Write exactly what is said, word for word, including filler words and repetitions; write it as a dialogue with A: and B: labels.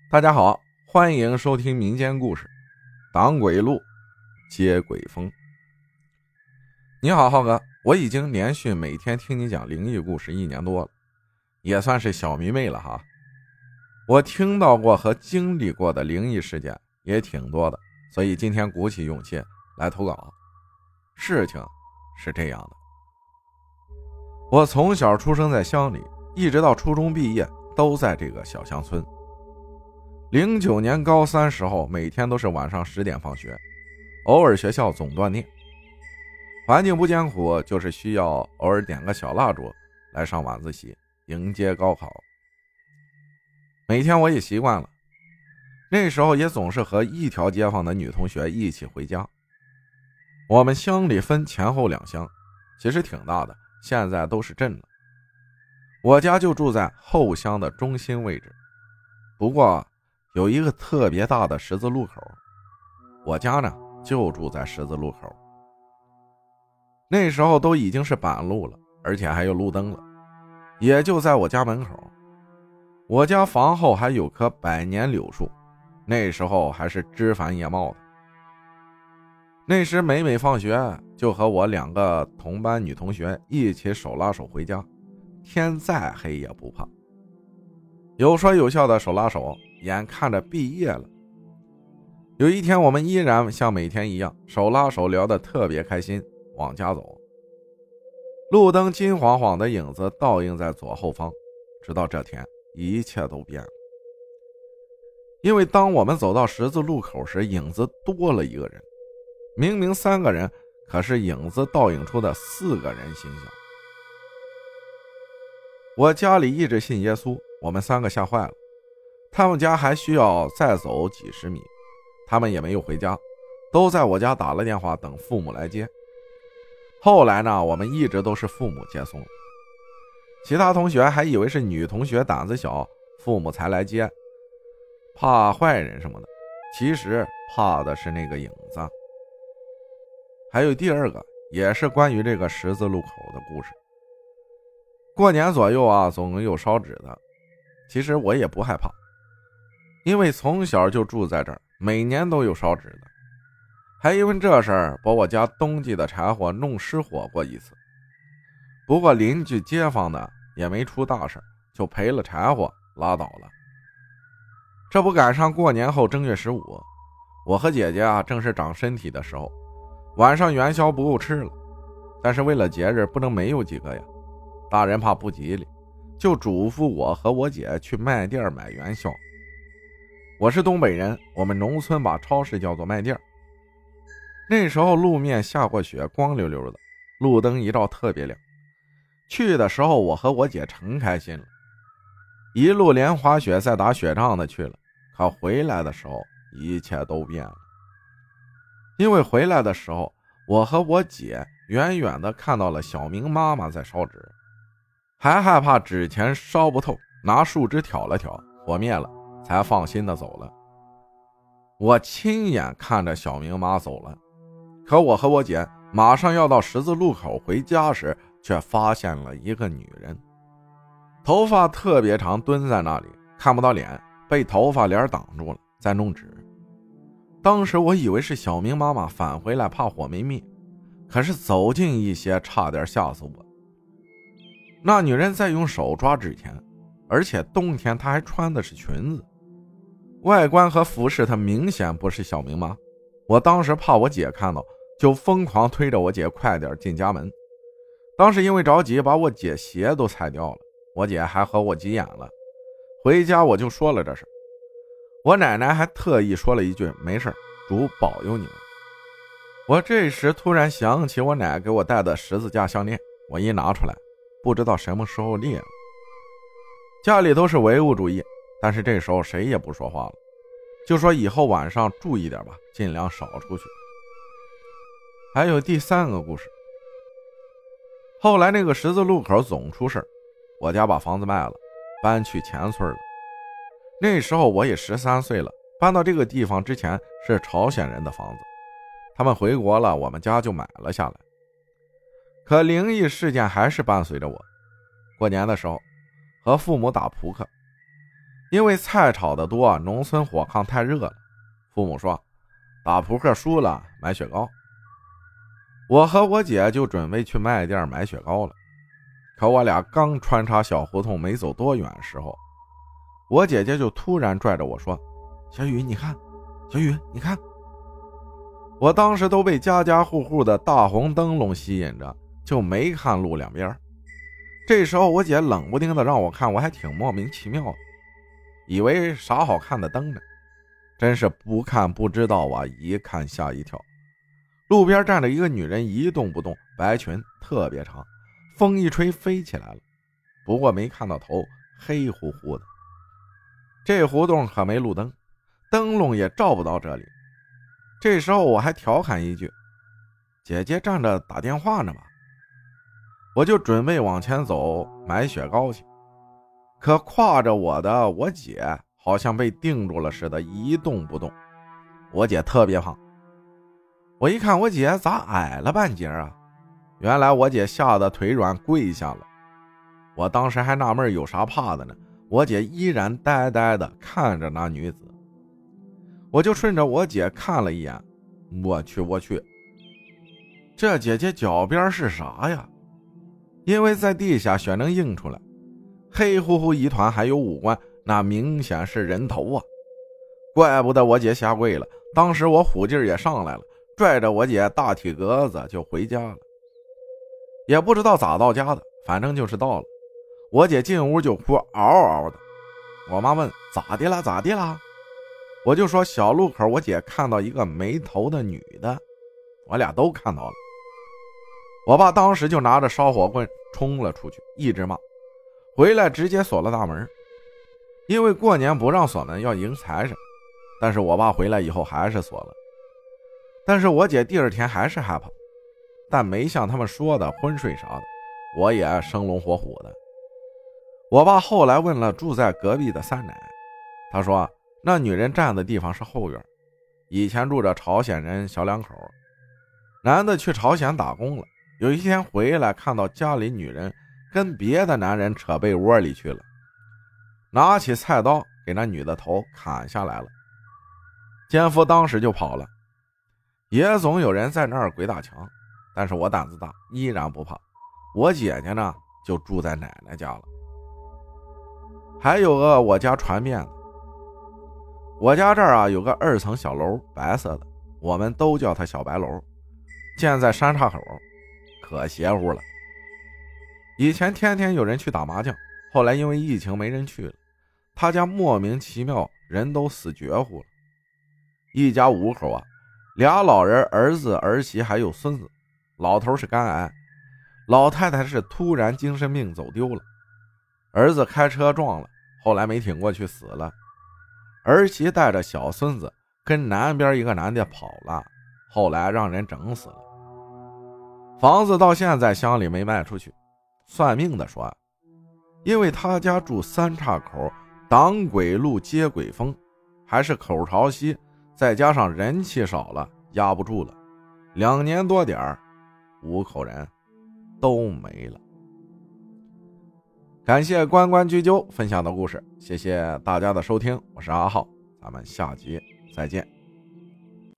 A: 大家好，欢迎收听民间故事，挡鬼路，接鬼风。你好，浩哥，我已经连续每天听你讲灵异故事一年多了，也算是小迷妹了哈。我听到过和经历过的灵异事件也挺多的，所以今天鼓起勇气来投稿。事情是这样的，我从小出生在乡里，一直到初中毕业都在这个小乡村。零九年高三时候，每天都是晚上十点放学，偶尔学校总断电，环境不艰苦，就是需要偶尔点个小蜡烛来上晚自习，迎接高考。每天我也习惯了，那时候也总是和一条街坊的女同学一起回家。我们乡里分前后两乡，其实挺大的，现在都是镇了。我家就住在后乡的中心位置，不过有一个特别大的十字路口，我家呢就住在十字路口。那时候都已经是板路了，而且还有路灯了，也就在我家门口。我家房后还有棵百年柳树，那时候还是枝繁叶茂的。那时每每放学，就和我两个同班女同学一起手拉手回家，天再黑也不怕。有说有笑的手拉手，眼看着毕业了。有一天我们依然像每天一样手拉手聊得特别开心，往家走。路灯金晃晃的影子倒映在左后方，直到这天一切都变了。因为当我们走到十字路口时，影子多了一个人，明明三个人，可是影子倒映出的四个人形象。我家里一直信耶稣，我们三个吓坏了。他们家还需要再走几十米，他们也没有回家，都在我家打了电话等父母来接。后来呢，我们一直都是父母接送。其他同学还以为是女同学胆子小，父母才来接，怕坏人什么的，其实怕的是那个影子。还有第二个，也是关于这个十字路口的故事。过年左右啊，总有烧纸的。其实我也不害怕，因为从小就住在这儿，每年都有烧纸的。还因为这事儿把我家冬季的柴火弄失火过一次。不过邻居街坊的也没出大事，就赔了柴火拉倒了。这不赶上过年后正月十五，我和姐姐啊正是长身体的时候，晚上元宵不够吃了，但是为了节日不能没有几个呀，大人怕不吉利，就嘱咐我和我姐去卖店买元宵。我是东北人，我们农村把超市叫做卖店。那时候路面下过雪，光溜溜的，路灯一照特别亮。去的时候我和我姐成开心了，一路连滑雪再打雪仗的去了。可回来的时候一切都变了，因为回来的时候我和我姐远远的看到了小明妈妈在烧纸，还害怕纸钱烧不透，拿树枝挑了挑，火灭了，才放心的走了。我亲眼看着小明妈走了，可我和我姐马上要到十字路口回家时，却发现了一个女人，头发特别长，蹲在那里看不到脸，被头发帘挡住了，在弄纸。当时我以为是小明妈妈返回来怕火没灭，可是走近一些差点吓死我。那女人在用手抓纸钱，而且冬天她还穿的是裙子，外观和服饰她明显不是小明妈。我当时怕我姐看到，就疯狂推着我姐快点进家门。当时因为着急把我姐鞋都踩掉了，我姐还和我急眼了。回家我就说了这事，我奶奶还特意说了一句没事，主保佑你们。我这时突然想起我奶给我戴的十字架项链，我一拿出来，不知道什么时候裂了。家里都是唯物主义，但是这时候谁也不说话了，就说以后晚上注意点吧，尽量少出去。还有第三个故事，后来那个十字路口总出事，我家把房子卖了，搬去前村了。那时候我也十三岁了，搬到这个地方之前是朝鲜人的房子，他们回国了，我们家就买了下来。可灵异事件还是伴随着我。过年的时候和父母打扑克， 因为菜炒的多，农村火炕太热了。父母说打扑克输了买雪糕，我和我姐就准备去卖店买雪糕了。可我俩刚穿插小胡同没走多远时候，我姐姐就突然拽着我说，小雨你看，小雨你看。我当时都被家家户户的大红灯笼吸引着，就没看路两边。这时候我姐冷不丁的让我看，我还挺莫名其妙的，以为啥好看的灯呢，真是不看不知道啊，一看吓一跳。路边站着一个女人，一动不动，白裙特别长，风一吹飞起来了，不过没看到头，黑乎乎的。这胡同可没路灯，灯笼也照不到这里。这时候我还调侃一句，姐姐站着打电话呢吧。我就准备往前走买雪糕去，可挎着我的我姐好像被定住了似的，一动不动。我姐特别胖，我一看我姐咋矮了半截啊，原来我姐吓得腿软跪下了。我当时还纳闷有啥怕的呢，我姐依然呆呆地看着那女子。我就顺着我姐看了一眼，我去我去，这姐姐脚边是啥呀？因为在地下血能映出来，黑乎乎一团，还有五官，那明显是人头啊！怪不得我姐下跪了。当时我虎劲儿也上来了，拽着我姐大体格子就回家了。也不知道咋到家的，反正就是到了。我姐进屋就哭，嗷嗷的。我妈问咋的了咋的了，我就说小路口我姐看到一个没头的女的，我俩都看到了。我爸当时就拿着烧火棍冲了出去，一直骂，回来直接锁了大门。因为过年不让锁门，要迎财神，但是我爸回来以后还是锁了。但是我姐第二天还是害怕，但没像他们说的昏睡啥的，我也生龙活虎的。我爸后来问了住在隔壁的三奶，他说那女人站的地方是后院，以前住着朝鲜人小两口，男的去朝鲜打工了，有一天回来看到家里女人跟别的男人扯被窝里去了，拿起菜刀给那女的头砍下来了，奸夫当时就跑了。也总有人在那儿鬼打墙，但是我胆子大，依然不怕。我姐姐呢就住在奶奶家了。还有个我家传遍的，我家这儿啊有个二层小楼，白色的，我们都叫它小白楼，建在山岔口，可邪乎了。以前天天有人去打麻将，后来因为疫情没人去了，他家莫名其妙人都死绝乎了。一家五口啊，俩老人，儿子儿媳还有孙子，老头是肝癌，老太太是突然精神病走丢了，儿子开车撞了，后来没挺过去死了，儿媳带着小孙子跟南边一个男的跑了，后来让人整死了。房子到现在乡里没卖出去，算命的说因为他家住三岔口，挡鬼路接鬼风，还是口朝西，再加上人气少了，压不住了，两年多点儿，五口人都没了。感谢关关雎鸠分享的故事，谢谢大家的收听，我是阿浩，咱们下集再见。